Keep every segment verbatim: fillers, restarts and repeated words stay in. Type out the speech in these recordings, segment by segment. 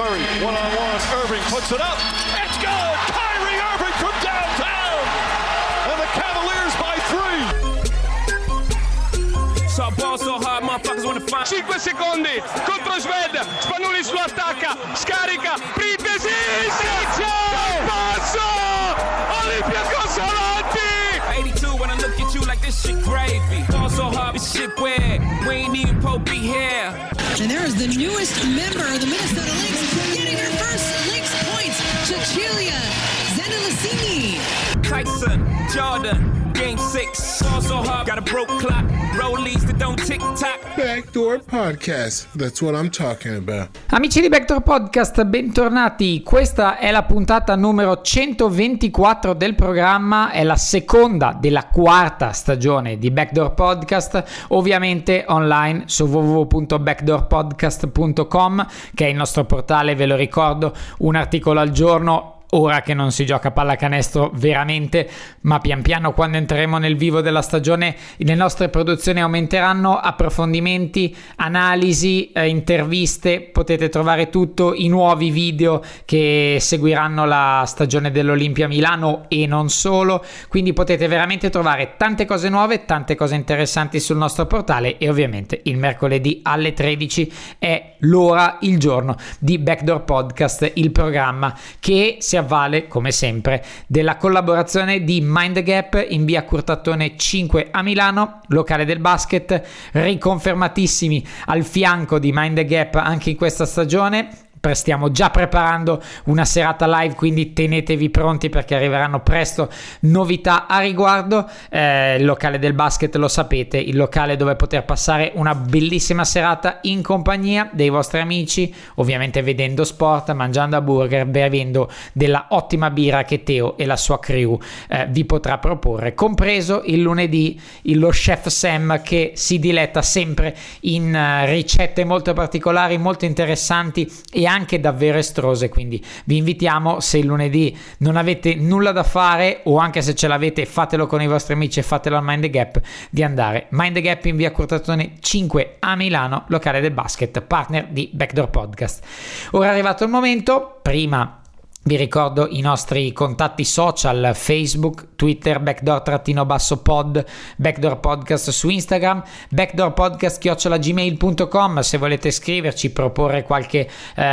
Curry, one-on-one, Irving puts it up, it's good! Kyrie Irving from downtown! And the Cavaliers by three! So ball so hard, motherfuckers wanna find. cinque secondi contro Sved, Spanulis lo attacca, scarica, Printesi, Siccio! Passo! Olympiacos avanti! eighty-two when I look at you like this shit gravy. Ball so hard, this shit weird. We ain't even Pope be here. And there is the newest member of the Minnesota Lynx getting her first Lynx points, Cecilia Zendelicini. Tyson, Jordan, game six. Ball so hard, got a broke clock. Rollies that don't tick tock. Backdoor Podcast, that's what I'm talking about. Amici di Backdoor Podcast, bentornati. Questa è la puntata numero centoventiquattro del programma, è la seconda della quarta stagione di Backdoor Podcast, ovviamente online su w w w punto backdoor podcast punto com, che è il nostro portale, ve lo ricordo, un articolo al giorno. Ora che non si gioca a pallacanestro veramente, ma pian piano quando entreremo nel vivo della stagione le nostre produzioni aumenteranno, approfondimenti, analisi, eh, interviste, potete trovare tutto, i nuovi video che seguiranno la stagione dell'Olimpia Milano e non solo, quindi potete veramente trovare tante cose nuove, tante cose interessanti sul nostro portale e ovviamente il mercoledì alle tredici è l'ora, il giorno di Backdoor Podcast, il programma che si avvale come sempre della collaborazione di Mind the Gap in via Curtatone cinque a Milano, locale del basket, riconfermatissimi al fianco di Mind the Gap anche in questa stagione. Stiamo già preparando una serata live, quindi tenetevi pronti perché arriveranno presto novità a riguardo. Eh, il locale del basket, lo sapete, il locale dove poter passare una bellissima serata in compagnia dei vostri amici, ovviamente vedendo sport, mangiando hamburger, bevendo della ottima birra che Teo e la sua crew eh, vi potrà proporre, compreso il lunedì il, lo chef Sam che si diletta sempre in uh, ricette molto particolari, molto interessanti e anche davvero estrose, quindi vi invitiamo, se il lunedì non avete nulla da fare o anche se ce l'avete fatelo con i vostri amici e fatelo al Mind the Gap, di andare Mind the Gap in via Curtatone cinque a Milano, locale del basket, partner di Backdoor Podcast. Ora è arrivato il momento, prima vi ricordo i nostri contatti social, Facebook, Twitter, backdoor-pod, Backdoor Podcast su Instagram, backdoorpodcast chiocciola gmail punto com se volete scriverci, proporre qualche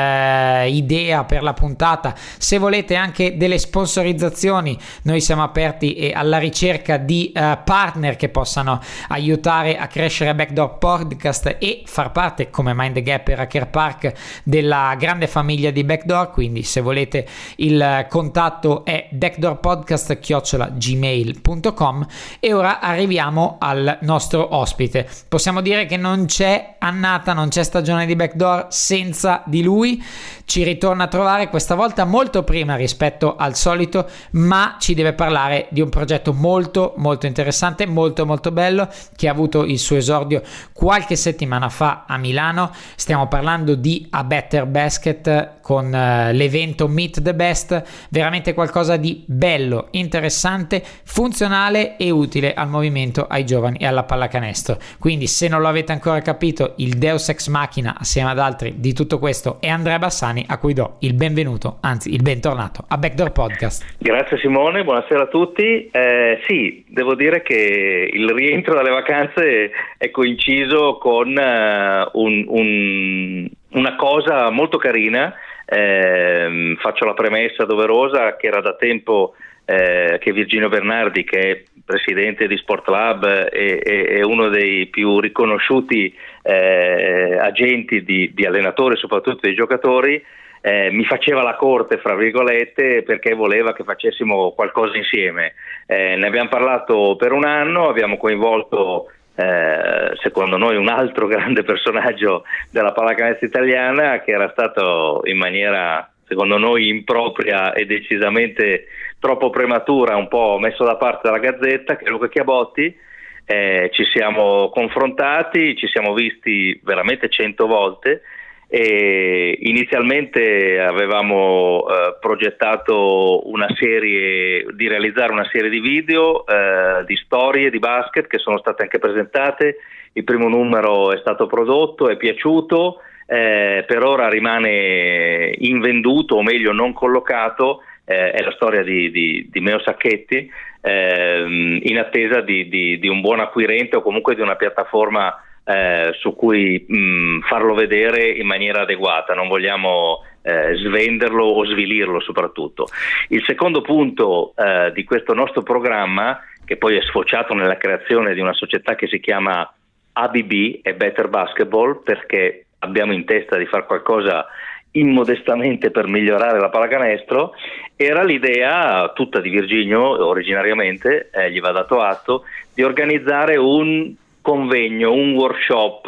eh, idea per la puntata, se volete anche delle sponsorizzazioni, noi siamo aperti e alla ricerca di eh, partner che possano aiutare a crescere Backdoor Podcast e far parte come Mind the Gap e Hacker Park della grande famiglia di Backdoor, quindi se volete il contatto è backdoorpodcast chiocciola gmail punto com. E ora arriviamo al nostro ospite. Possiamo dire che non c'è annata, non c'è stagione di Backdoor senza di lui. Ci ritorna a trovare questa volta molto prima rispetto al solito, ma ci deve parlare di un progetto molto molto interessante, molto molto bello, che ha avuto il suo esordio qualche settimana fa a Milano. Stiamo parlando di A Better Basket con uh, l'evento Meet the Best, veramente qualcosa di bello, interessante, funzionale e utile al movimento, ai giovani e alla pallacanestro. Quindi se non lo avete ancora capito, il Deus Ex Machina assieme ad altri di tutto questo è Andrea Bassani, a cui do il benvenuto, anzi il bentornato a Backdoor Podcast. Grazie Simone, buonasera a tutti. Eh, sì, devo dire che il rientro dalle vacanze è coinciso con uh, un, un, una cosa molto carina. Eh, faccio la premessa doverosa che era da tempo eh, che Virginio Bernardi, che è presidente di Sport Lab e, e, e uno dei più riconosciuti eh, agenti di, di allenatori, soprattutto dei giocatori, eh, mi faceva la corte, fra virgolette, perché voleva che facessimo qualcosa insieme. Eh, ne abbiamo parlato per un anno, abbiamo coinvolto Eh, secondo noi un altro grande personaggio della pallacanestro italiana, che era stato in maniera secondo noi impropria e decisamente troppo prematura un po' messo da parte dalla Gazzetta, che è Luca Chiabotti. Eh, ci siamo confrontati, ci siamo visti veramente cento volte e inizialmente avevamo eh, progettato una serie di realizzare una serie di video eh, di storie di basket che sono state anche presentate. Il primo numero è stato prodotto, è piaciuto, eh, per ora rimane invenduto, o meglio non collocato, eh, è la storia di, di, di Meo Sacchetti, eh, in attesa di, di, di un buon acquirente o comunque di una piattaforma eh, su cui mh, farlo vedere in maniera adeguata. Non vogliamo eh, svenderlo o svilirlo soprattutto. Il secondo punto eh, di questo nostro programma, che poi è sfociato nella creazione di una società che si chiama A B B, e Better Basketball, perché abbiamo in testa di fare qualcosa immodestamente per migliorare la pallacanestro, era l'idea tutta di Virginio originariamente, eh, gli va dato atto, di organizzare un convegno, un workshop,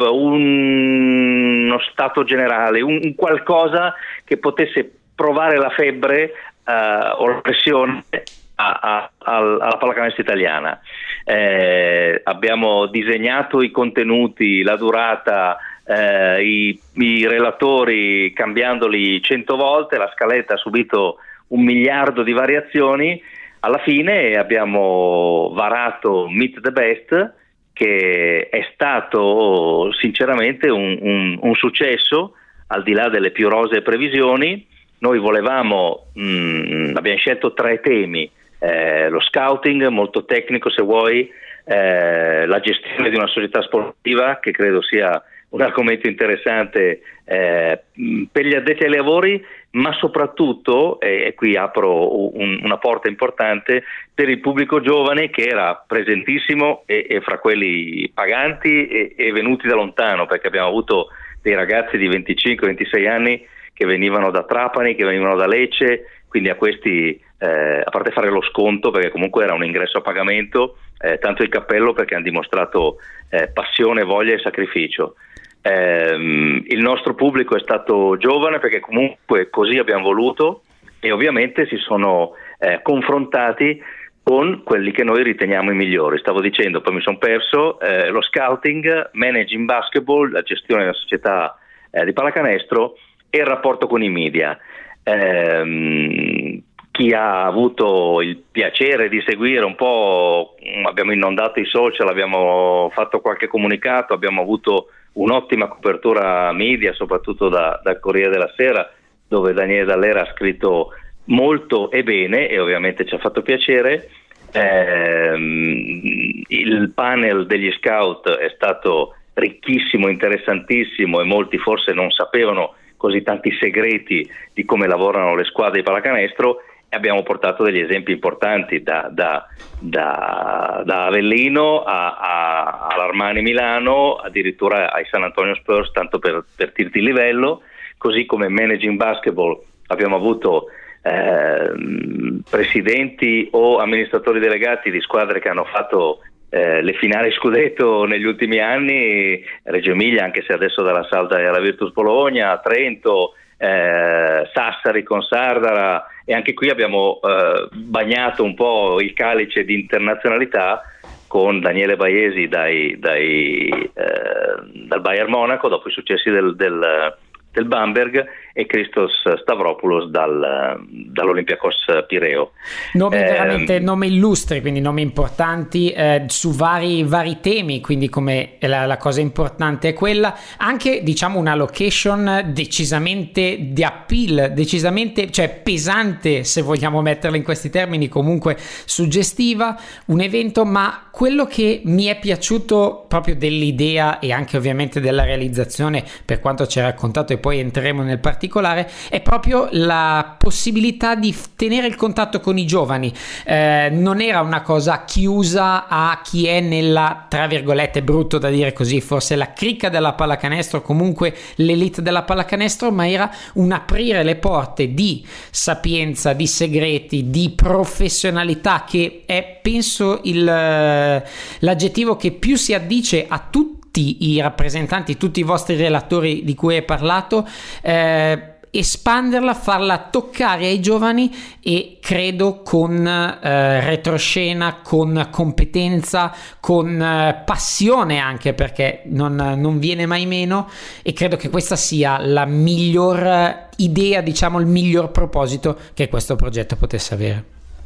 un, uno stato generale, un, un qualcosa che potesse provare la febbre eh, o la pressione a, a, a, alla pallacanestro italiana. Eh, abbiamo disegnato i contenuti, la durata, eh, i, i relatori cambiandoli cento volte, la scaletta ha subito un miliardo di variazioni. Alla fine abbiamo varato Meet the Best, che è stato sinceramente un, un, un successo al di là delle più rosee previsioni. Noi volevamo, mh, abbiamo scelto tre temi: eh, lo scouting, molto tecnico se vuoi, eh, la gestione di una società sportiva, che credo sia un argomento interessante eh, per gli addetti ai lavori, ma soprattutto, e, e qui apro un, una porta importante, per il pubblico giovane, che era presentissimo e, e fra quelli paganti e, e venuti da lontano, perché abbiamo avuto dei ragazzi di venticinque ventisei anni che venivano da Trapani, che venivano da Lecce, quindi a questi, eh, a parte fare lo sconto, perché comunque era un ingresso a pagamento, eh, tanto il cappello, perché hanno dimostrato eh, passione, voglia e sacrificio. Eh, il nostro pubblico è stato giovane, perché comunque così abbiamo voluto, e ovviamente si sono eh, confrontati con quelli che noi riteniamo i migliori. Stavo dicendo, poi mi sono perso, eh, lo scouting, managing basketball, la gestione della società eh, di pallacanestro e il rapporto con i media. Eh, chi ha avuto il piacere di seguire un po', abbiamo inondato i social, abbiamo fatto qualche comunicato, abbiamo avuto un'ottima copertura media, soprattutto da, dal Corriere della Sera, dove Daniele Dall'Era ha scritto molto e bene, e ovviamente ci ha fatto piacere. Eh, il panel degli scout è stato ricchissimo, interessantissimo, e molti forse non sapevano così tanti segreti di come lavorano le squadre di pallacanestro, e abbiamo portato degli esempi importanti da, da, da, da Avellino a, a, all'Armani Milano, addirittura ai San Antonio Spurs, tanto per, per dirti il livello. Così come managing basketball abbiamo avuto eh, presidenti o amministratori delegati di squadre che hanno fatto eh, le finali scudetto negli ultimi anni, Reggio Emilia, anche se adesso dalla Salda e alla Virtus Bologna, Trento, eh, Sassari con Sardara, e anche qui abbiamo eh, bagnato un po' il calice di internazionalità con Daniele Baiesi dai, dai, eh, dal Bayern Monaco, dopo i successi del, del, del Bamberg, e Christos Stavropoulos dal, dall'Olympiakos Pireo. Nomi eh, veramente nomi illustri, quindi nomi importanti eh, su vari, vari temi, quindi come la, la cosa importante è quella, anche diciamo una location decisamente di appeal, decisamente, cioè pesante, se vogliamo metterla in questi termini, comunque suggestiva, un evento. Ma quello che mi è piaciuto proprio dell'idea e anche ovviamente della realizzazione, per quanto ci hai raccontato, e poi entreremo nel particolare, è proprio la possibilità di tenere il contatto con i giovani. Eh, non era una cosa chiusa a chi è nella, tra virgolette, brutto da dire così, forse la cricca della pallacanestro, comunque l'elite della pallacanestro, ma era un aprire le porte di sapienza, di segreti, di professionalità, che è, penso, il, l'aggettivo che più si addice a tutti i rappresentanti, tutti i vostri relatori di cui hai parlato. Eh, espanderla, farla toccare ai giovani, e credo con eh, retroscena, con competenza, con eh, passione anche, perché non, non viene mai meno, e credo che questa sia la miglior idea, diciamo il miglior proposito che questo progetto potesse avere.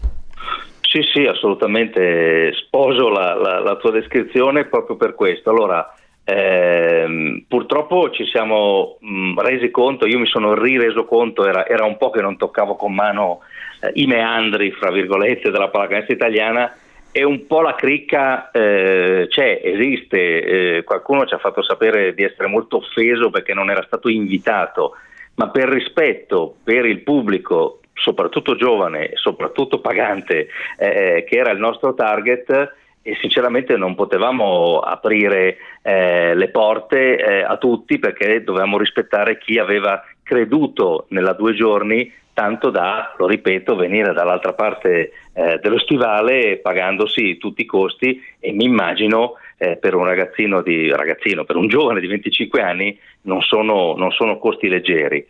Sì, sì, assolutamente sposo la, la, la tua descrizione proprio per questo. Allora, Eh, purtroppo ci siamo mh, resi conto, io mi sono rireso conto, era, era un po' che non toccavo con mano eh, i meandri, fra virgolette, della pallacanestro italiana, e un po' la cricca eh, c'è, esiste, eh, qualcuno ci ha fatto sapere di essere molto offeso perché non era stato invitato, ma per rispetto per il pubblico, soprattutto giovane, soprattutto pagante, eh, che era il nostro target, e sinceramente non potevamo aprire eh, le porte eh, a tutti, perché dovevamo rispettare chi aveva creduto nella due giorni tanto da, lo ripeto, venire dall'altra parte eh, dello stivale pagandosi tutti i costi, e mi immagino eh, per un ragazzino di ragazzino, per un giovane di venticinque anni non sono, non sono costi leggeri.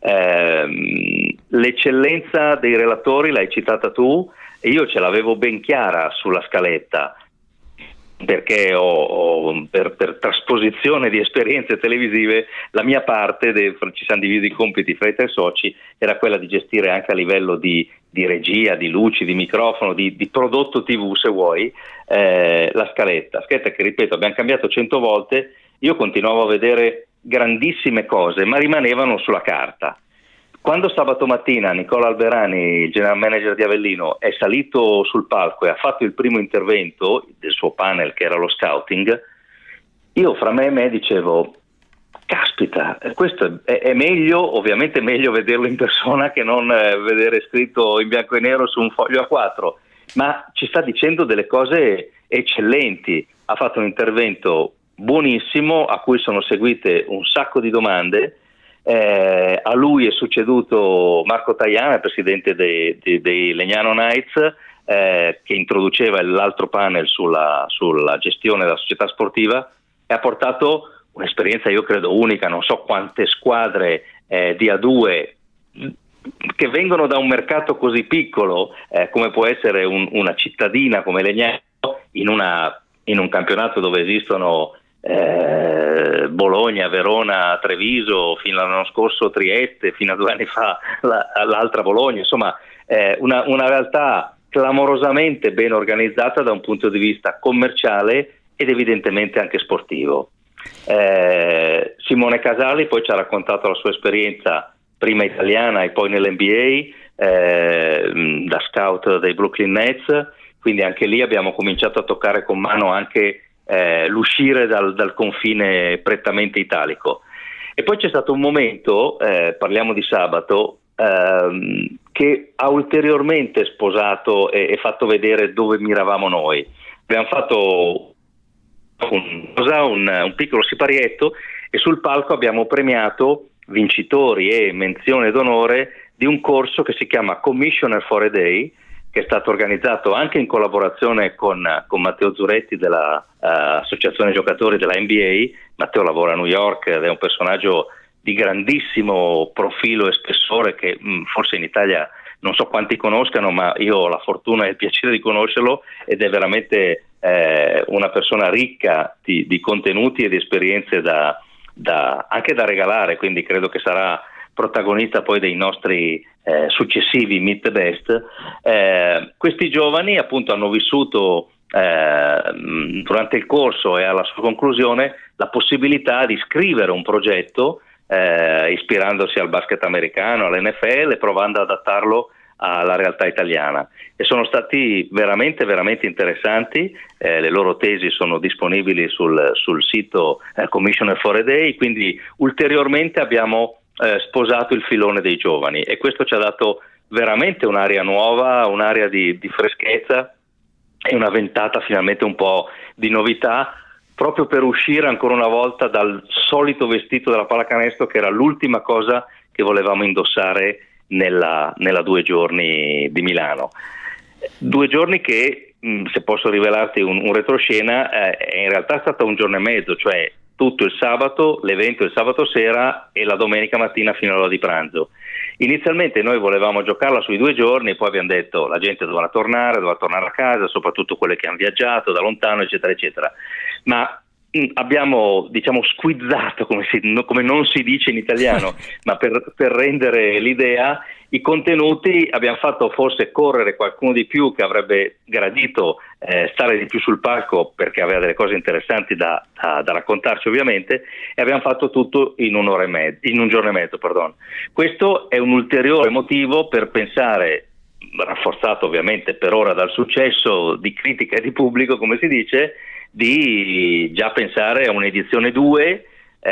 Eh, l'eccellenza dei relatori l'hai citata tu, e io ce l'avevo ben chiara sulla scaletta, perché ho, ho per, per trasposizione di esperienze televisive la mia parte, de, ci siamo divisi i compiti fra i tre soci, era quella di gestire anche a livello di, di regia, di luci, di microfono, di, di prodotto tivù se vuoi, eh, la scaletta, scaletta che ripeto abbiamo cambiato cento volte. Io continuavo a vedere grandissime cose ma rimanevano sulla carta. Quando sabato mattina Nicola Alberani, il general manager di Avellino, è salito sul palco e ha fatto il primo intervento del suo panel, che era lo scouting, io fra me e me dicevo, caspita, questo è, è meglio, ovviamente è meglio vederlo in persona che non eh, vedere scritto in bianco e nero su un foglio A quattro, ma ci sta dicendo delle cose eccellenti. Ha fatto un intervento buonissimo a cui sono seguite un sacco di domande. Eh, a lui è succeduto Marco Tajana, presidente dei, dei, dei Legnano Knights, eh, che introduceva l'altro panel sulla, sulla gestione della società sportiva, e ha portato un'esperienza, io credo, unica. Non so quante squadre eh, di A due che vengono da un mercato così piccolo eh, come può essere un, una cittadina come Legnano, in, una, in un campionato dove esistono Eh, Bologna, Verona, Treviso, fino all'anno scorso Trieste, fino a due anni fa la, l'altra Bologna, insomma eh, una, una realtà clamorosamente ben organizzata da un punto di vista commerciale ed evidentemente anche sportivo. Eh, Simone Casali poi ci ha raccontato la sua esperienza prima italiana e poi nell'N B A eh, da scout dei Brooklyn Nets, quindi anche lì abbiamo cominciato a toccare con mano anche Eh, l'uscire dal, dal confine prettamente italico. E poi c'è stato un momento, eh, parliamo di sabato, ehm, che ha ulteriormente sposato e, e fatto vedere dove miravamo noi. Abbiamo fatto un, un, un piccolo siparietto e sul palco abbiamo premiato vincitori e menzione d'onore di un corso che si chiama Commissioner for a Day, che è stato organizzato anche in collaborazione con, con Matteo Zuretti della uh, Associazione Giocatori della N B A. Matteo lavora a New York ed è un personaggio di grandissimo profilo e spessore che mh, forse in Italia non so quanti conoscano, ma io ho la fortuna e il piacere di conoscerlo, ed è veramente eh, una persona ricca di, di contenuti e di esperienze da, da, anche da regalare, quindi credo che sarà protagonista poi dei nostri eh, successivi Meet the Best. Eh, questi giovani appunto hanno vissuto eh, durante il corso e alla sua conclusione la possibilità di scrivere un progetto eh, ispirandosi al basket americano, all'N F L, provando ad adattarlo alla realtà italiana, e sono stati veramente veramente interessanti. Eh, le loro tesi sono disponibili sul, sul sito eh, Commissioner for a Day, quindi ulteriormente abbiamo Eh, sposato il filone dei giovani, e questo ci ha dato veramente un'aria nuova, un'aria di, di freschezza e una ventata finalmente un po' di novità, proprio per uscire ancora una volta dal solito vestito della pallacanestro, che era l'ultima cosa che volevamo indossare nella, nella due giorni di Milano. Due giorni che, mh, se posso rivelarti un, un retroscena, eh, in realtà è stato un giorno e mezzo, cioè tutto il sabato, l'evento il sabato sera e la domenica mattina fino all'ora di pranzo. Inizialmente noi volevamo giocarla sui due giorni, poi abbiamo detto la gente dovrà tornare, dovrà tornare a casa, soprattutto quelle che hanno viaggiato da lontano, eccetera, eccetera. Ma mh, abbiamo, diciamo, squizzato, come, si, no, come non si dice in italiano, ma per, per rendere l'idea, I contenuti abbiamo fatto forse correre qualcuno di più che avrebbe gradito eh, stare di più sul palco perché aveva delle cose interessanti da, da, da raccontarci ovviamente, e abbiamo fatto tutto in un'ora e mezzo, in un giorno e mezzo, perdon. Questo è un ulteriore motivo per pensare, rafforzato ovviamente per ora dal successo di critica e di pubblico, come si dice, di già pensare a un'edizione due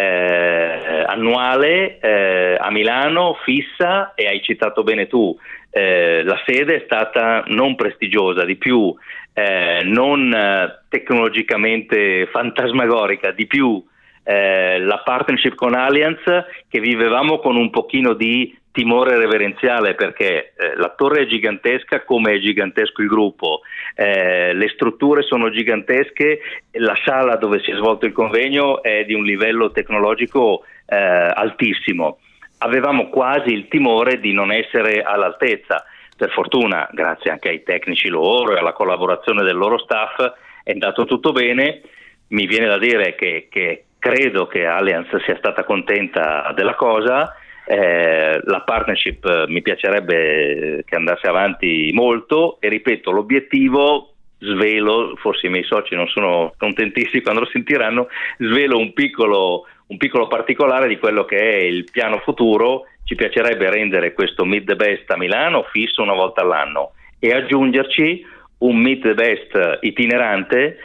eh, annuale eh, a Milano, fissa, e hai citato bene tu, eh, la sede è stata non prestigiosa, di più eh, non eh, tecnologicamente fantasmagorica, di più eh, la partnership con Allianz che vivevamo con un pochino di timore reverenziale, perché eh, la torre è gigantesca come è gigantesco il gruppo, eh, le strutture sono gigantesche, la sala dove si è svolto il convegno è di un livello tecnologico eh, altissimo. Avevamo quasi il timore di non essere all'altezza. Per fortuna, grazie anche ai tecnici loro e alla collaborazione del loro staff, è andato tutto bene. Mi viene da dire che, che credo che Allianz sia stata contenta della cosa. Eh, la partnership eh, mi piacerebbe che andasse avanti molto, e ripeto, l'obiettivo, svelo, forse i miei soci non sono contentissimi quando lo sentiranno, svelo un piccolo, un piccolo particolare di quello che è il piano futuro. Ci piacerebbe rendere questo Meet the Best a Milano fisso una volta all'anno e aggiungerci un Meet the Best itinerante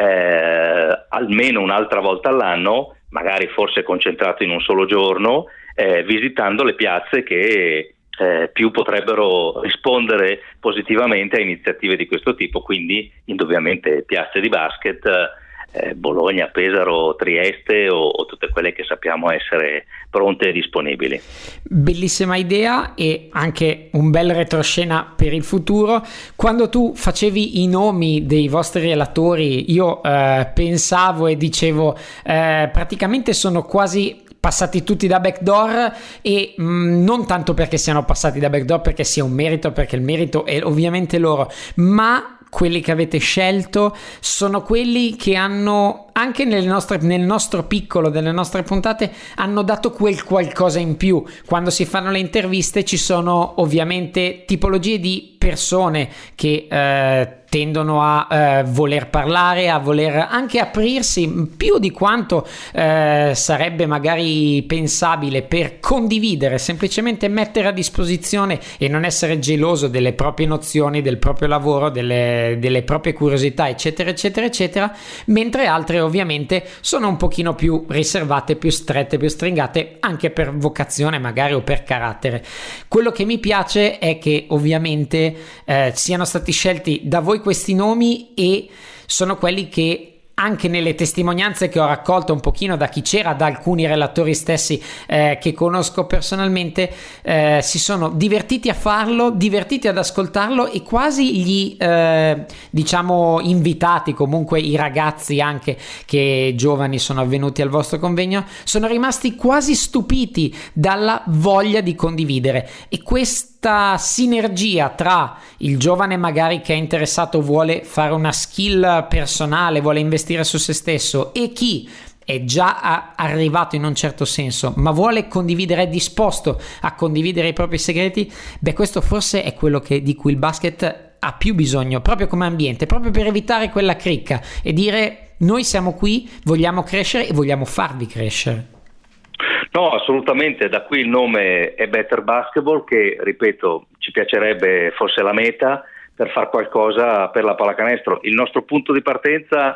eh, almeno un'altra volta all'anno, magari forse concentrato in un solo giorno, Eh, visitando le piazze che eh, più potrebbero rispondere positivamente a iniziative di questo tipo, quindi indubbiamente piazze di basket, eh, Bologna, Pesaro, Trieste o, o tutte quelle che sappiamo essere pronte e disponibili. Bellissima idea e anche un bel retroscena per il futuro. Quando tu facevi i nomi dei vostri relatori, io eh, pensavo e dicevo eh, praticamente sono quasi passati tutti da Backdoor, e mh, non tanto perché siano passati da Backdoor perché sia un merito, perché il merito è ovviamente loro, ma quelli che avete scelto sono quelli che hanno, anche nelle nostre, nel nostro piccolo, delle nostre puntate, hanno dato quel qualcosa in più. Quando si fanno le interviste ci sono ovviamente tipologie di persone che eh, tendono a eh, voler parlare, a voler anche aprirsi più di quanto eh, sarebbe magari pensabile, per condividere, semplicemente mettere a disposizione e non essere geloso delle proprie nozioni, del proprio lavoro, delle, delle proprie curiosità, eccetera eccetera eccetera, mentre altre ovviamente sono un pochino più riservate, più strette, più stringate, anche per vocazione magari o per carattere. Quello che mi piace è che ovviamente eh, siano stati scelti da voi questi nomi, e sono quelli che anche nelle testimonianze che ho raccolto un pochino da chi c'era, da alcuni relatori stessi eh, che conosco personalmente, eh, si sono divertiti a farlo, divertiti ad ascoltarlo, e quasi gli eh, diciamo invitati, comunque i ragazzi anche che giovani sono avvenuti al vostro convegno, sono rimasti quasi stupiti dalla voglia di condividere. E questa sinergia tra il giovane magari che è interessato, vuole fare una skill personale, vuole investire su se stesso, e chi è già arrivato in un certo senso ma vuole condividere, è disposto a condividere i propri segreti, beh, questo forse è quello che, di cui il basket ha più bisogno, proprio come ambiente, proprio per evitare quella cricca e dire: noi siamo qui, vogliamo crescere e vogliamo farvi crescere. No, assolutamente, da qui il nome è Better Basketball, che, ripeto, ci piacerebbe fosse la meta per far qualcosa per la pallacanestro. Il nostro punto di partenza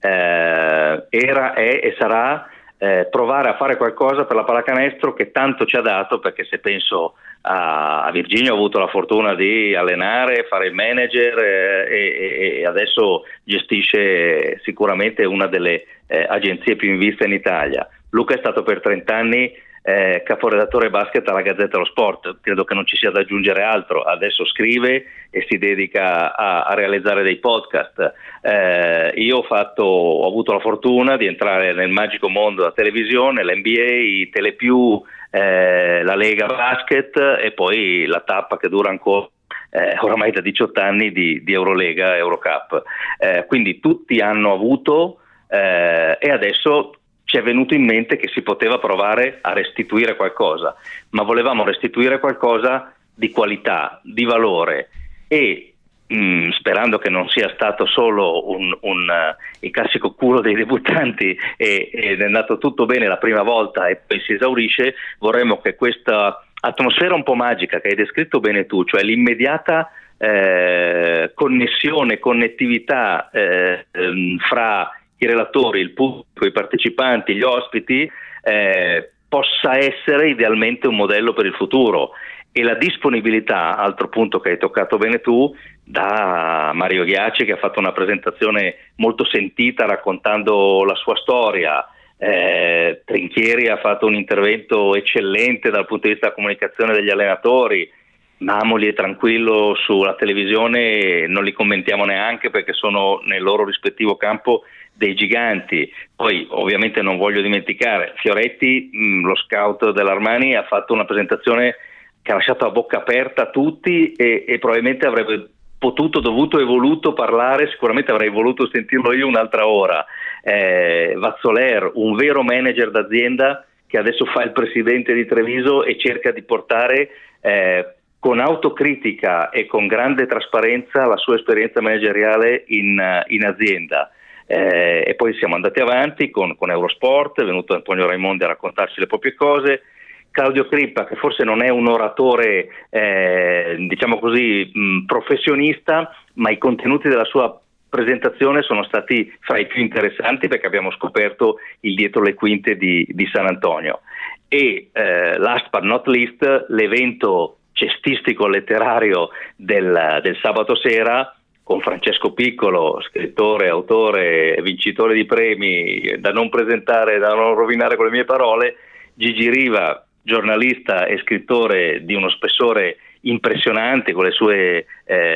eh, era, è e sarà eh, provare a fare qualcosa per la pallacanestro che tanto ci ha dato, perché se penso a, a Virginia, ho avuto la fortuna di allenare, fare il manager eh, e, e adesso gestisce sicuramente una delle eh, agenzie più in vista in Italia. Luca è stato per trenta anni eh, caporedattore basket alla Gazzetta dello Sport, credo che non ci sia da aggiungere altro. Adesso scrive e si dedica a, a realizzare dei podcast. Eh, io ho fatto, ho avuto la fortuna di entrare nel magico mondo della televisione, l'N B A, i Telepiù, eh, la Lega Basket e poi la tappa che dura ancora eh, oramai da diciotto anni di, di Eurolega, Eurocup. Eh, quindi tutti hanno avuto eh, e adesso ci è venuto in mente che si poteva provare a restituire qualcosa, ma volevamo restituire qualcosa di qualità, di valore e mh, sperando che non sia stato solo un, un, uh, il classico culo dei debuttanti e, ed è andato tutto bene la prima volta e poi si esaurisce, vorremmo che questa atmosfera un po' magica che hai descritto bene tu, cioè l'immediata eh, connessione, connettività eh, ehm, fra i relatori, il pubblico, i partecipanti, gli ospiti, eh, possa essere idealmente un modello per il futuro. E la disponibilità, altro punto che hai toccato bene tu, da Mario Ghiacci, che ha fatto una presentazione molto sentita raccontando la sua storia. eh, Trinchieri ha fatto un intervento eccellente dal punto di vista della comunicazione degli allenatori. Mamoli e Tranquillo sulla televisione non li commentiamo neanche perché sono nel loro rispettivo campo dei giganti. Poi ovviamente non voglio dimenticare Fioretti, mh, lo scout dell'Armani, ha fatto una presentazione che ha lasciato a bocca aperta a tutti e, e probabilmente avrebbe potuto, dovuto e voluto parlare, sicuramente avrei voluto sentirlo io un'altra ora. eh, Vazzoler, un vero manager d'azienda che adesso fa il presidente di Treviso e cerca di portare eh, con autocritica e con grande trasparenza la sua esperienza manageriale in, in azienda. Eh, e poi siamo andati avanti con, con Eurosport, è venuto Antonio Raimondi a raccontarci le proprie cose, Claudio Crippa, che forse non è un oratore eh, diciamo così mh, professionista, ma i contenuti della sua presentazione sono stati fra i più interessanti perché abbiamo scoperto il dietro le quinte di, di San Antonio. E eh, last but not least, l'evento cestistico letterario del, del sabato sera con Francesco Piccolo, scrittore, autore, vincitore di premi, da non presentare, da non rovinare con le mie parole, Gigi Riva, giornalista e scrittore di uno spessore impressionante con le sue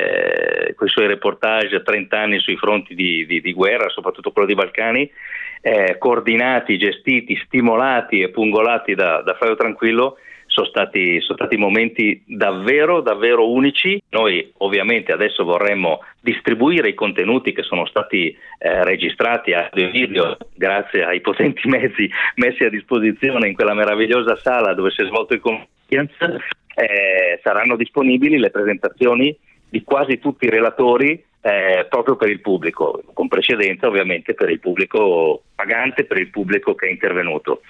eh, con i suoi reportage, trenta anni sui fronti di, di, di guerra, soprattutto quello dei Balcani, eh, coordinati, gestiti, stimolati e pungolati da, da Fabio Tranquillo. Sono stati, sono stati momenti davvero davvero unici. Noi ovviamente adesso vorremmo distribuire i contenuti che sono stati eh, registrati a video grazie ai potenti mezzi messi a disposizione in quella meravigliosa sala dove si è svolto il conference. Eh, saranno disponibili le presentazioni di quasi tutti i relatori eh, proprio per il pubblico, con precedenza ovviamente per il pubblico pagante, per il pubblico che è intervenuto.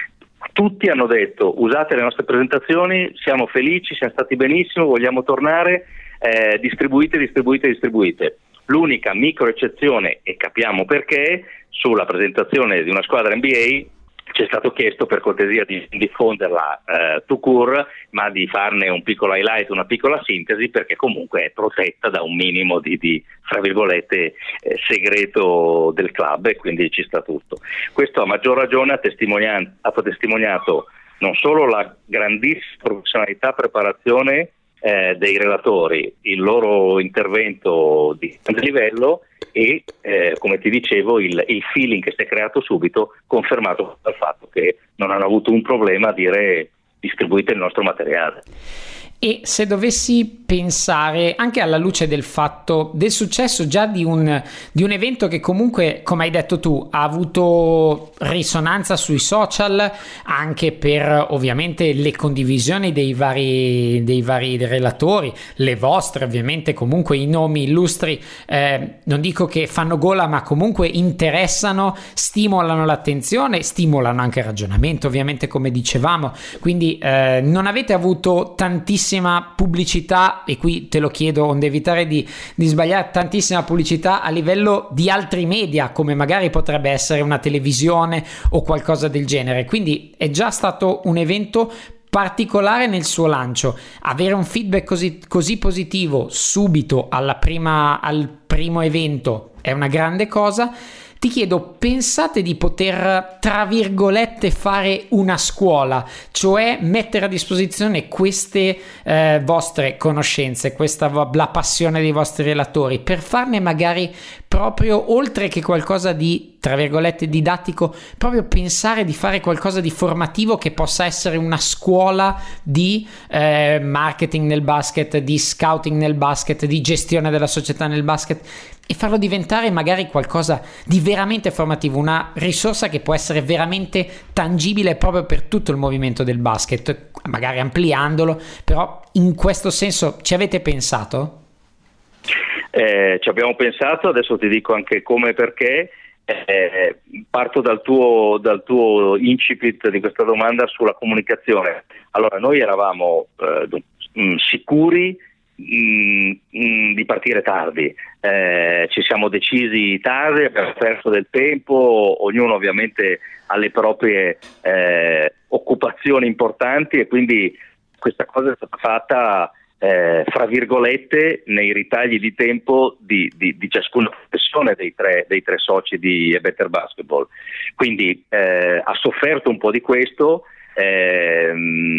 Tutti hanno detto: usate le nostre presentazioni, siamo felici, siamo stati benissimo, vogliamo tornare, eh, distribuite, distribuite, distribuite. L'unica micro eccezione, e capiamo perché, sulla presentazione di una squadra N B A c'è stato chiesto per cortesia di diffonderla eh, tout court, ma di farne un piccolo highlight, una piccola sintesi, perché comunque è protetta da un minimo di, di fra virgolette, eh, segreto del club, e quindi ci sta tutto. Questo a maggior ragione ha, testimoniato, ha testimoniato non solo la grandissima professionalità e preparazione eh, dei relatori, il loro intervento di grande livello e eh, come ti dicevo il, il feeling che si è creato subito, confermato dal fatto che non hanno avuto un problema a dire distribuite il nostro materiale. E se dovessi pensare, anche alla luce del fatto del successo già di un, di un evento che comunque, come hai detto tu, ha avuto risonanza sui social, anche per ovviamente le condivisioni dei vari, dei vari relatori, le vostre ovviamente, comunque i nomi illustri, eh, non dico che fanno gola, ma comunque interessano, stimolano l'attenzione, stimolano anche il ragionamento ovviamente, come dicevamo, quindi eh, non avete avuto tantissimi pubblicità, e qui te lo chiedo onde evitare di, di sbagliare, tantissima pubblicità a livello di altri media come magari potrebbe essere una televisione o qualcosa del genere, quindi è già stato un evento particolare nel suo lancio. Avere un feedback così, così positivo subito alla prima, al primo evento è una grande cosa. Ti chiedo, pensate di poter, tra virgolette, fare una scuola, cioè mettere a disposizione queste eh, vostre conoscenze, questa la passione dei vostri relatori, per farne magari proprio, oltre che qualcosa di, tra virgolette, didattico, proprio pensare di fare qualcosa di formativo che possa essere una scuola di eh, marketing nel basket, di scouting nel basket, di gestione della società nel basket, e farlo diventare magari qualcosa di veramente formativo, una risorsa che può essere veramente tangibile proprio per tutto il movimento del basket, magari ampliandolo. Però in questo senso ci avete pensato? Eh, ci abbiamo pensato, adesso ti dico anche come e perché. Eh, parto dal tuo, dal tuo incipit di questa domanda sulla comunicazione. Allora, noi eravamo eh, sicuri mh, mh, di partire tardi, eh, ci siamo decisi tardi, abbiamo perso del tempo, ognuno ovviamente ha le proprie eh, occupazioni importanti, e quindi questa cosa è stata fatta Eh, fra virgolette nei ritagli di tempo di, di, di ciascuna professione dei tre, dei tre soci di A Better Basketball. Quindi eh, ha sofferto un po' di questo, eh,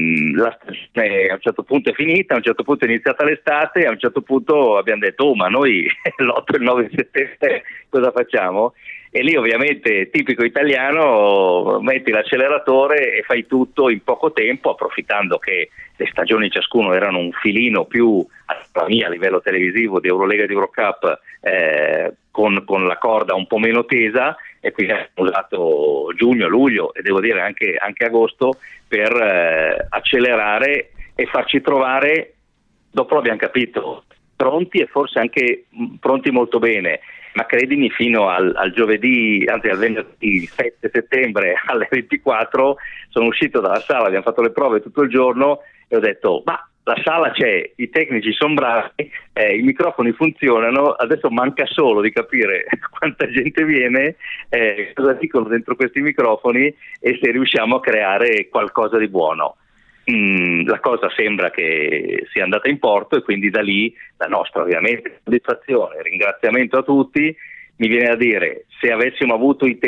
la stagione a un certo punto è finita, a un certo punto è iniziata l'estate, a un certo punto abbiamo detto oh, ma noi l'otto e il nove settembre cosa facciamo? E lì ovviamente tipico italiano, metti l'acceleratore e fai tutto in poco tempo, approfittando che le stagioni ciascuno erano un filino più a mia a livello televisivo di Eurolega e di Eurocup, eh, con, con la corda un po' meno tesa, e quindi abbiamo usato giugno, luglio e devo dire anche, anche agosto per eh, accelerare e farci trovare, dopo l'abbiamo capito, pronti, e forse anche mh, pronti molto bene. Ma credimi, fino al, al giovedì, anzi al venerdì sette settembre alle ventiquattro sono uscito dalla sala, abbiamo fatto le prove tutto il giorno e ho detto ma la sala c'è, i tecnici sono bravi, eh, i microfoni funzionano, adesso manca solo di capire quanta gente viene, eh, cosa dicono dentro questi microfoni e se riusciamo a creare qualcosa di buono. Mm, la cosa sembra che sia andata in porto, e quindi da lì la nostra ovviamente soddisfazione, ringraziamento a tutti. Mi viene da dire, se avessimo avuto i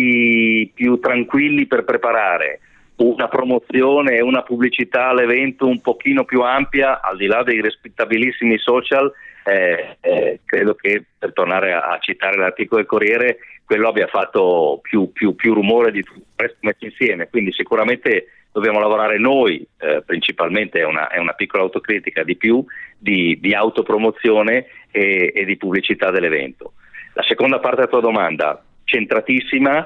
tempi più tranquilli per preparare una promozione e una pubblicità all'evento un pochino più ampia, al di là dei rispettabilissimi social, eh, eh, credo che, per tornare a, a citare l'articolo del Corriere, quello abbia fatto più, più, più rumore di tutto il resto messo insieme. Quindi sicuramente dobbiamo lavorare noi, eh, principalmente è una, è una piccola autocritica di più, di, di autopromozione e, e di pubblicità dell'evento. La seconda parte della tua domanda, centratissima,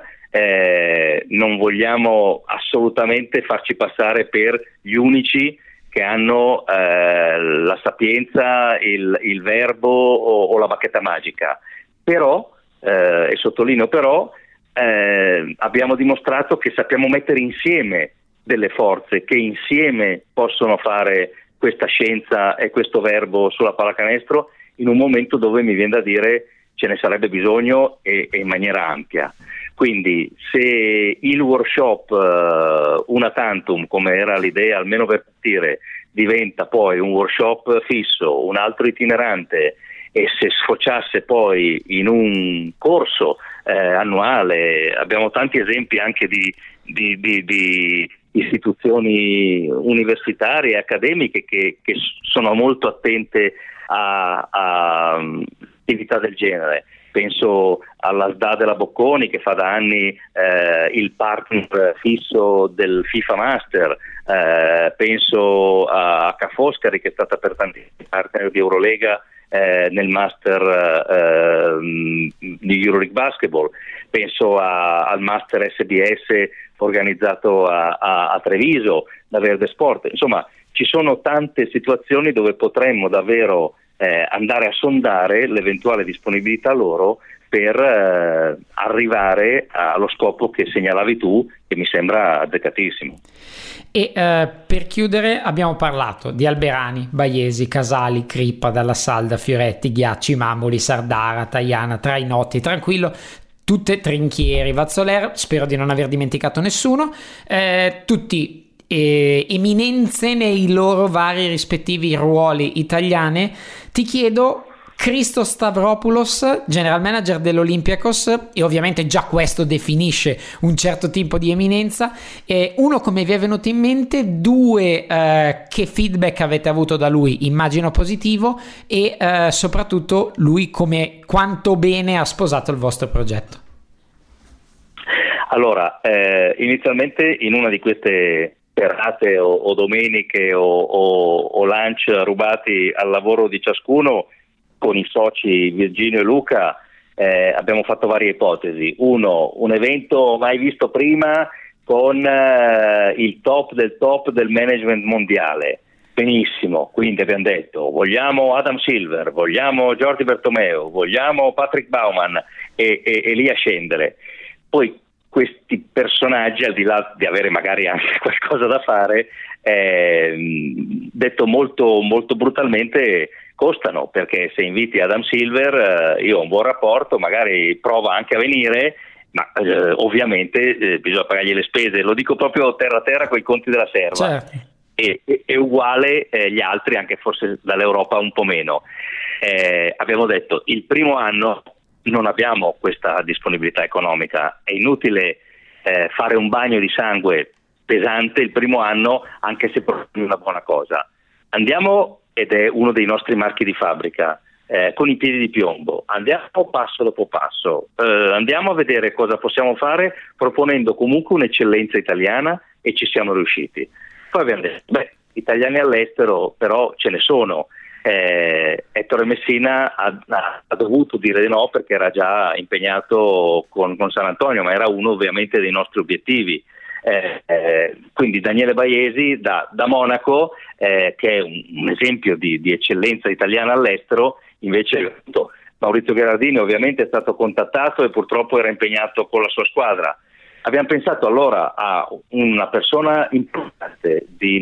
eh, non vogliamo assolutamente farci passare per gli unici che hanno eh, la sapienza, il, il verbo o, o la bacchetta magica. Però, eh, e sottolineo però, eh, abbiamo dimostrato che sappiamo mettere insieme delle forze che insieme possono fare questa scienza e questo verbo sulla pallacanestro in un momento dove mi viene da dire ce ne sarebbe bisogno, e, e in maniera ampia. Quindi se il workshop uh, una tantum, come era l'idea almeno per partire, diventa poi un workshop fisso, un altro itinerante, e se sfociasse poi in un corso eh, annuale, abbiamo tanti esempi anche di, di, di, di istituzioni universitarie e accademiche che, che sono molto attente a, a attività del genere. Penso alla S D A della Bocconi, che fa da anni eh, il partner fisso del FIFA Master, eh, penso a, a Ca' Foscari, che è stata per tanti partner di Eurolega eh, nel Master eh, di Euroleague Basketball, penso a, al Master S B S organizzato a, a, a Treviso da Verde Sport. Insomma, ci sono tante situazioni dove potremmo davvero eh, andare a sondare l'eventuale disponibilità loro per eh, arrivare allo scopo che segnalavi tu, che mi sembra azzeccatissimo. E eh, per chiudere abbiamo parlato di Alberani, Baiesi, Casali, Crippa, Dalla Salda, Fioretti, Ghiacci, Mamoli, Sardara, Tajana, Trainotti, Tranquillo, tutte Trinchieri, Vazzoler, spero di non aver dimenticato nessuno, eh, tutti eh, eminenze nei loro vari rispettivi ruoli italiane. Ti chiedo Christos Stavropoulos, general manager dell'Olympiakos, e ovviamente già questo definisce un certo tipo di eminenza. E uno, come vi è venuto in mente? Due, eh, che feedback avete avuto da lui? Immagino positivo, e eh, soprattutto lui come quanto bene ha sposato il vostro progetto. Allora, eh, inizialmente in una di queste serate o, o domeniche o, o, o lunch rubati al lavoro di ciascuno con i soci Virginio e Luca, eh, abbiamo fatto varie ipotesi. Uno, un evento mai visto prima con eh, il top del top del management mondiale. Benissimo, quindi abbiamo detto vogliamo Adam Silver, vogliamo Jordi Bertomeu, vogliamo Patrick Baumann e, e, e lì a scendere. Poi questi personaggi, al di là di avere magari anche qualcosa da fare, eh, detto molto, molto brutalmente, costano, perché se inviti Adam Silver, eh, io ho un buon rapporto, magari prova anche a venire, ma eh, ovviamente eh, bisogna pagargli le spese, lo dico proprio terra a terra con i conti della serva. Certo. E, e, è uguale eh, gli altri, anche forse dall'Europa un po' meno. Eh, abbiamo detto il primo anno non abbiamo questa disponibilità economica, è inutile eh, fare un bagno di sangue pesante il primo anno, anche se proponi una buona cosa. Andiamo, ed è uno dei nostri marchi di fabbrica, eh, con i piedi di piombo, andiamo passo dopo passo, eh, andiamo a vedere cosa possiamo fare proponendo comunque un'eccellenza italiana, e ci siamo riusciti. Poi abbiamo detto, beh, italiani all'estero però ce ne sono. Eh, Ettore Messina ha, ha dovuto dire di no perché era già impegnato con, con San Antonio, ma era uno ovviamente dei nostri obiettivi. Eh, eh, quindi Daniele Baiesi da, da Monaco, eh, che è un, un esempio di, di eccellenza italiana all'estero. Invece Maurizio Gherardini ovviamente è stato contattato e purtroppo era impegnato con la sua squadra. Abbiamo pensato allora a una persona importante di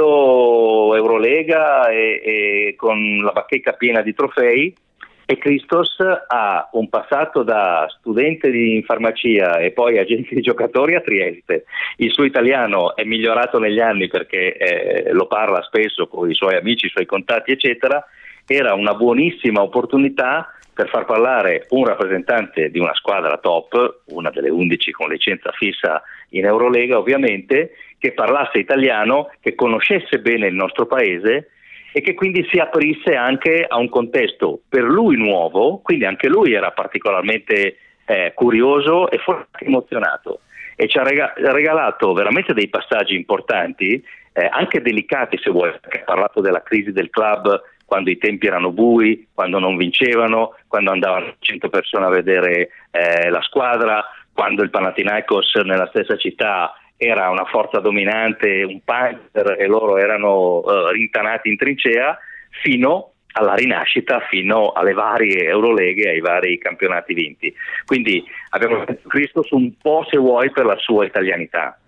livello Eurolega e, e con la bacheca piena di trofei, e Christos ha un passato da studente di farmacia e poi agente di giocatori a Trieste. Il suo italiano è migliorato negli anni perché eh, lo parla spesso con i suoi amici, i suoi contatti eccetera. Era una buonissima opportunità per far parlare un rappresentante di una squadra top, una delle undici con licenza fissa in Eurolega ovviamente, che parlasse italiano, che conoscesse bene il nostro paese e che quindi si aprisse anche a un contesto per lui nuovo, quindi anche lui era particolarmente eh, curioso e forse emozionato, e ci ha rega- regalato veramente dei passaggi importanti, eh, anche delicati se vuoi, perché ha parlato della crisi del club quando i tempi erano bui, quando non vincevano, quando andavano cento persone a vedere eh, la squadra, quando il Panathinaikos nella stessa città era una forza dominante, un Panther, e loro erano uh, rintanati in trincea, fino alla rinascita, fino alle varie Euroleghe, ai vari campionati vinti. Quindi abbiamo detto Christos un po', se vuoi, per la sua italianità.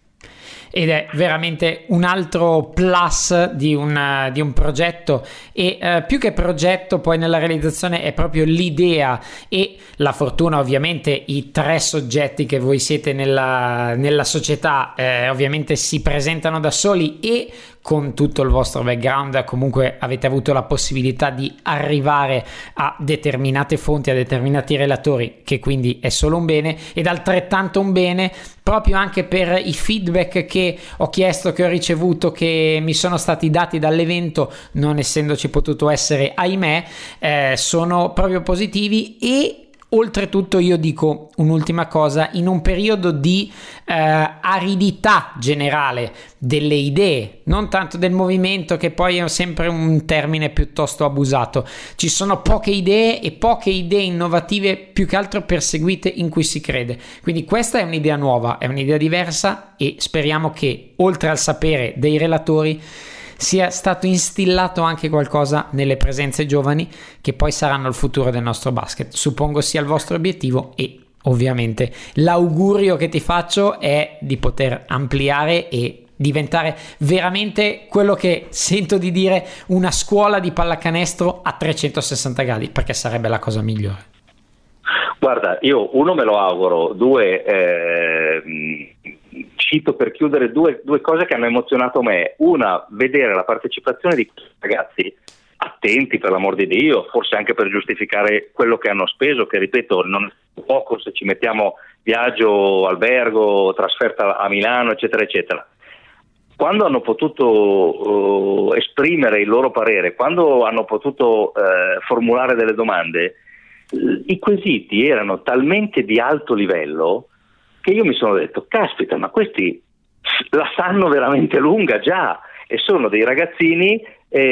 Ed è veramente un altro plus di un, di un progetto, e eh, più che progetto poi nella realizzazione è proprio l'idea e la fortuna. Ovviamente i tre soggetti che voi siete nella, nella società eh, ovviamente si presentano da soli, e con tutto il vostro background comunque avete avuto la possibilità di arrivare a determinate fonti, a determinati relatori, che quindi è solo un bene, ed altrettanto un bene proprio anche per i feedback che ho chiesto, che ho ricevuto, che mi sono stati dati dall'evento, non essendoci potuto essere, ahimè, eh, sono proprio positivi. E oltretutto io dico un'ultima cosa: in un periodo di eh, aridità generale delle idee, non tanto del movimento, che poi è sempre un termine piuttosto abusato, ci sono poche idee e poche idee innovative, più che altro perseguite, in cui si crede. Quindi questa è un'idea nuova, è un'idea diversa, e speriamo che oltre al sapere dei relatori sia stato instillato anche qualcosa nelle presenze giovani, che poi saranno il futuro del nostro basket. Suppongo sia il vostro obiettivo, e ovviamente l'augurio che ti faccio è di poter ampliare e diventare veramente quello che sento di dire, una scuola di pallacanestro a trecentosessanta gradi, perché sarebbe la cosa migliore. Guarda, io uno me lo auguro, due eh, cito per chiudere due, due cose che hanno emozionato me. Una, vedere la partecipazione di questi ragazzi attenti, per l'amor di Dio, forse anche per giustificare quello che hanno speso, che ripeto non è poco se ci mettiamo viaggio, albergo, trasferta a Milano, eccetera eccetera. Quando hanno potuto uh, esprimere il loro parere, quando hanno potuto uh, formulare delle domande, uh, i quesiti erano talmente di alto livello che io mi sono detto, caspita, ma questi la sanno veramente lunga già, e sono dei ragazzini,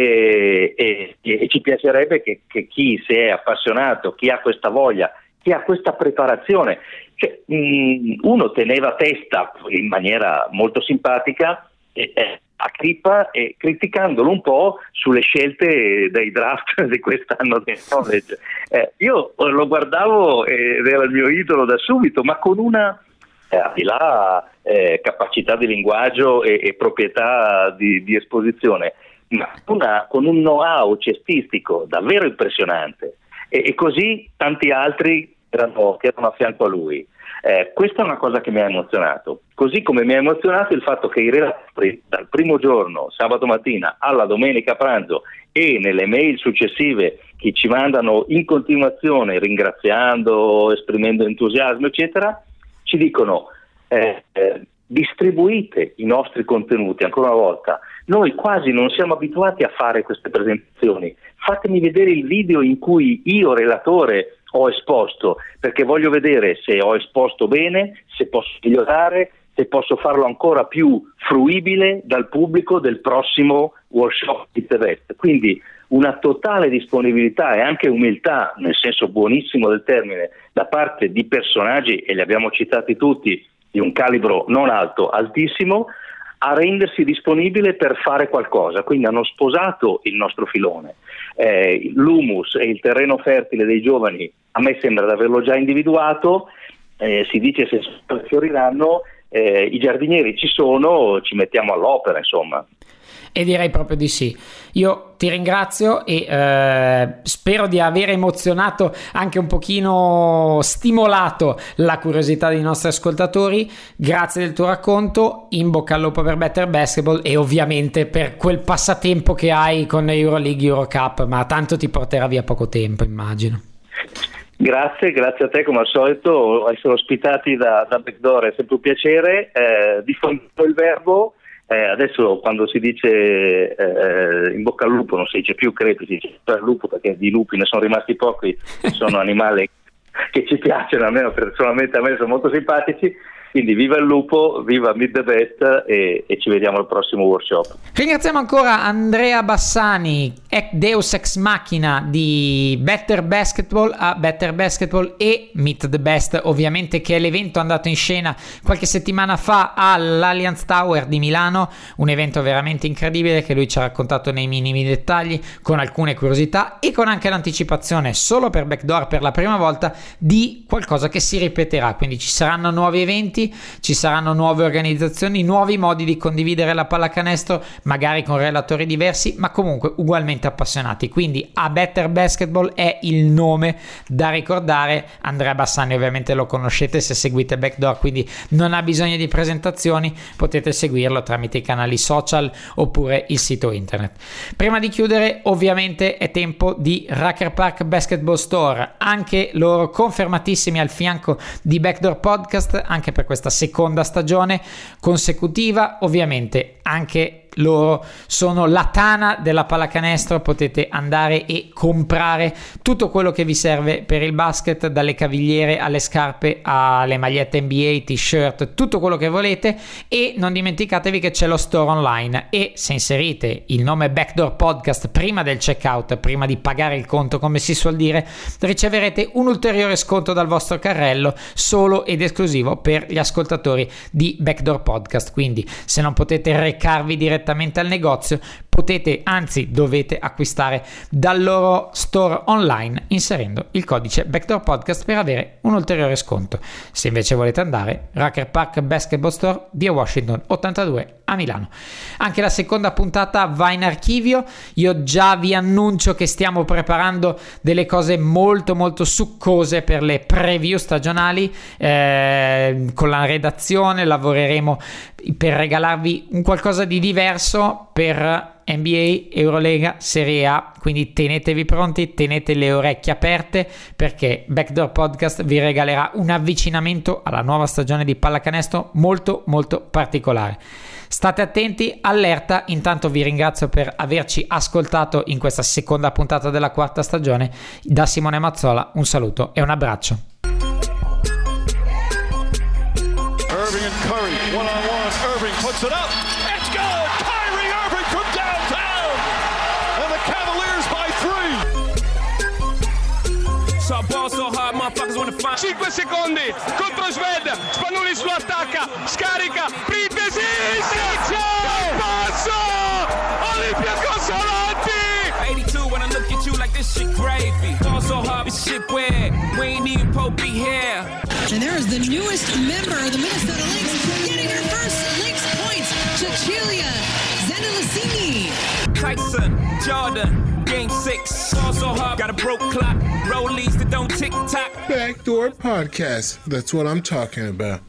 e, e, e ci piacerebbe che, che chi si è appassionato, chi ha questa voglia, chi ha questa preparazione, cioè, mh, uno teneva testa in maniera molto simpatica eh, eh, a Crippa, e criticandolo un po' sulle scelte dei draft di quest'anno del college. Eh, io lo guardavo ed era il mio idolo da subito, ma con una eh, al di là eh, capacità di linguaggio e, e proprietà di, di esposizione, ma una, con un know-how cestistico davvero impressionante, e, e così tanti altri erano, che erano a fianco a lui. Eh, questa è una cosa che mi ha emozionato, così come mi ha emozionato il fatto che i relatori dal primo giorno, sabato mattina, alla domenica pranzo e nelle mail successive che ci mandano in continuazione ringraziando, esprimendo entusiasmo eccetera, ci dicono eh, eh, distribuite i nostri contenuti. Ancora una volta, noi quasi non siamo abituati a fare queste presentazioni, fatemi vedere il video in cui io relatore ho esposto, perché voglio vedere se ho esposto bene, se posso migliorare, se posso farlo ancora più fruibile dal pubblico del prossimo workshop di The Best. Quindi una totale disponibilità e anche umiltà, nel senso buonissimo del termine, da parte di personaggi, e li abbiamo citati tutti, di un calibro non alto, altissimo, a rendersi disponibile per fare qualcosa. Quindi hanno sposato il nostro filone. Eh, l'humus e il terreno fertile dei giovani a me sembra di averlo già individuato, eh, si dice se fioriranno, eh, i giardinieri ci sono, ci mettiamo all'opera, insomma. E direi proprio di sì. Io ti ringrazio e eh, spero di aver emozionato, anche un pochino stimolato la curiosità dei nostri ascoltatori. Grazie del tuo racconto, in bocca al lupo per Better Basketball e ovviamente per quel passatempo che hai con Euroleague, Eurocup, ma tanto ti porterà via poco tempo, immagino. Grazie, grazie a te come al solito, essere ospitati da, da Backdoor è sempre un piacere. Eh, diffondiamo il verbo. Eh, adesso quando si dice eh, in bocca al lupo non si dice più crepi, si dice al lupo, perché di lupi ne sono rimasti pochi, sono animali che ci piacciono, almeno personalmente a me sono molto simpatici. Quindi viva il lupo, viva Meet the Best, e, e ci vediamo al prossimo workshop. Ringraziamo ancora Andrea Bassani, Deus Ex Machina di Better Basketball a Better Basketball e Meet the Best, ovviamente, che è l'evento andato in scena qualche settimana fa all'Allianz Tower di Milano, un evento veramente incredibile che lui ci ha raccontato nei minimi dettagli, con alcune curiosità e con anche l'anticipazione solo per Backdoor per la prima volta di qualcosa che si ripeterà. Quindi ci saranno nuovi eventi, ci saranno nuove organizzazioni, nuovi modi di condividere la pallacanestro, magari con relatori diversi, ma comunque ugualmente appassionati. Quindi A Better Basketball è il nome da ricordare. Andrea Bassani ovviamente lo conoscete se seguite Backdoor, quindi non ha bisogno di presentazioni, potete seguirlo tramite i canali social oppure il sito internet. Prima di chiudere, ovviamente è tempo di Rucker Park Basketball Store, anche loro confermatissimi al fianco di Backdoor Podcast anche per questa seconda stagione consecutiva. Ovviamente anche loro sono la tana della pallacanestro, potete andare e comprare tutto quello che vi serve per il basket, dalle cavigliere alle scarpe alle magliette N B A, t-shirt, tutto quello che volete. E non dimenticatevi che c'è lo store online, e se inserite il nome Backdoor Podcast prima del checkout, prima di pagare il conto come si suol dire, riceverete un ulteriore sconto dal vostro carrello solo ed esclusivo per gli ascoltatori di Backdoor Podcast. Quindi se non potete recarvi direttamente al negozio, potete, anzi dovete acquistare dal loro store online inserendo il codice Backdoor Podcast per avere un ulteriore sconto. Se invece volete andare, Rucker Park Basketball Store, via Washington ottantadue a Milano. Anche la seconda puntata va in archivio. Io già vi annuncio che stiamo preparando delle cose molto molto succose per le preview stagionali. Eh, con la redazione lavoreremo per regalarvi un qualcosa di diverso per N B A, Eurolega, Serie A, quindi tenetevi pronti, tenete le orecchie aperte perché Backdoor Podcast vi regalerà un avvicinamento alla nuova stagione di pallacanestro molto molto particolare. State attenti, allerta, intanto vi ringrazio per averci ascoltato in questa seconda puntata della quarta stagione. Da Simone Mazzola un saluto e un abbraccio. Irving and Curry, one on one. Irving puts it up. It's good. Kyrie Irving from downtown, and the Cavaliers by three. So ball so hard, motherfuckers wanna find. cinque secondi contro Sved. Spanulis lo attacca, scarica, Printesi, Siccio, passo, Olympiacos avanti. eighty-two when I look at you like this shit gravy. Ball so hard, this shit weird. We ain't even Pope be here. And there is the newest member of the Minnesota Lynx getting her first Lynx points, Cecilia Zendelicini. Tyson, Jordan, game six. Ball so hard, got a broke clock. Rollies that don't tick tock. Backdoor Podcast. That's what I'm talking about.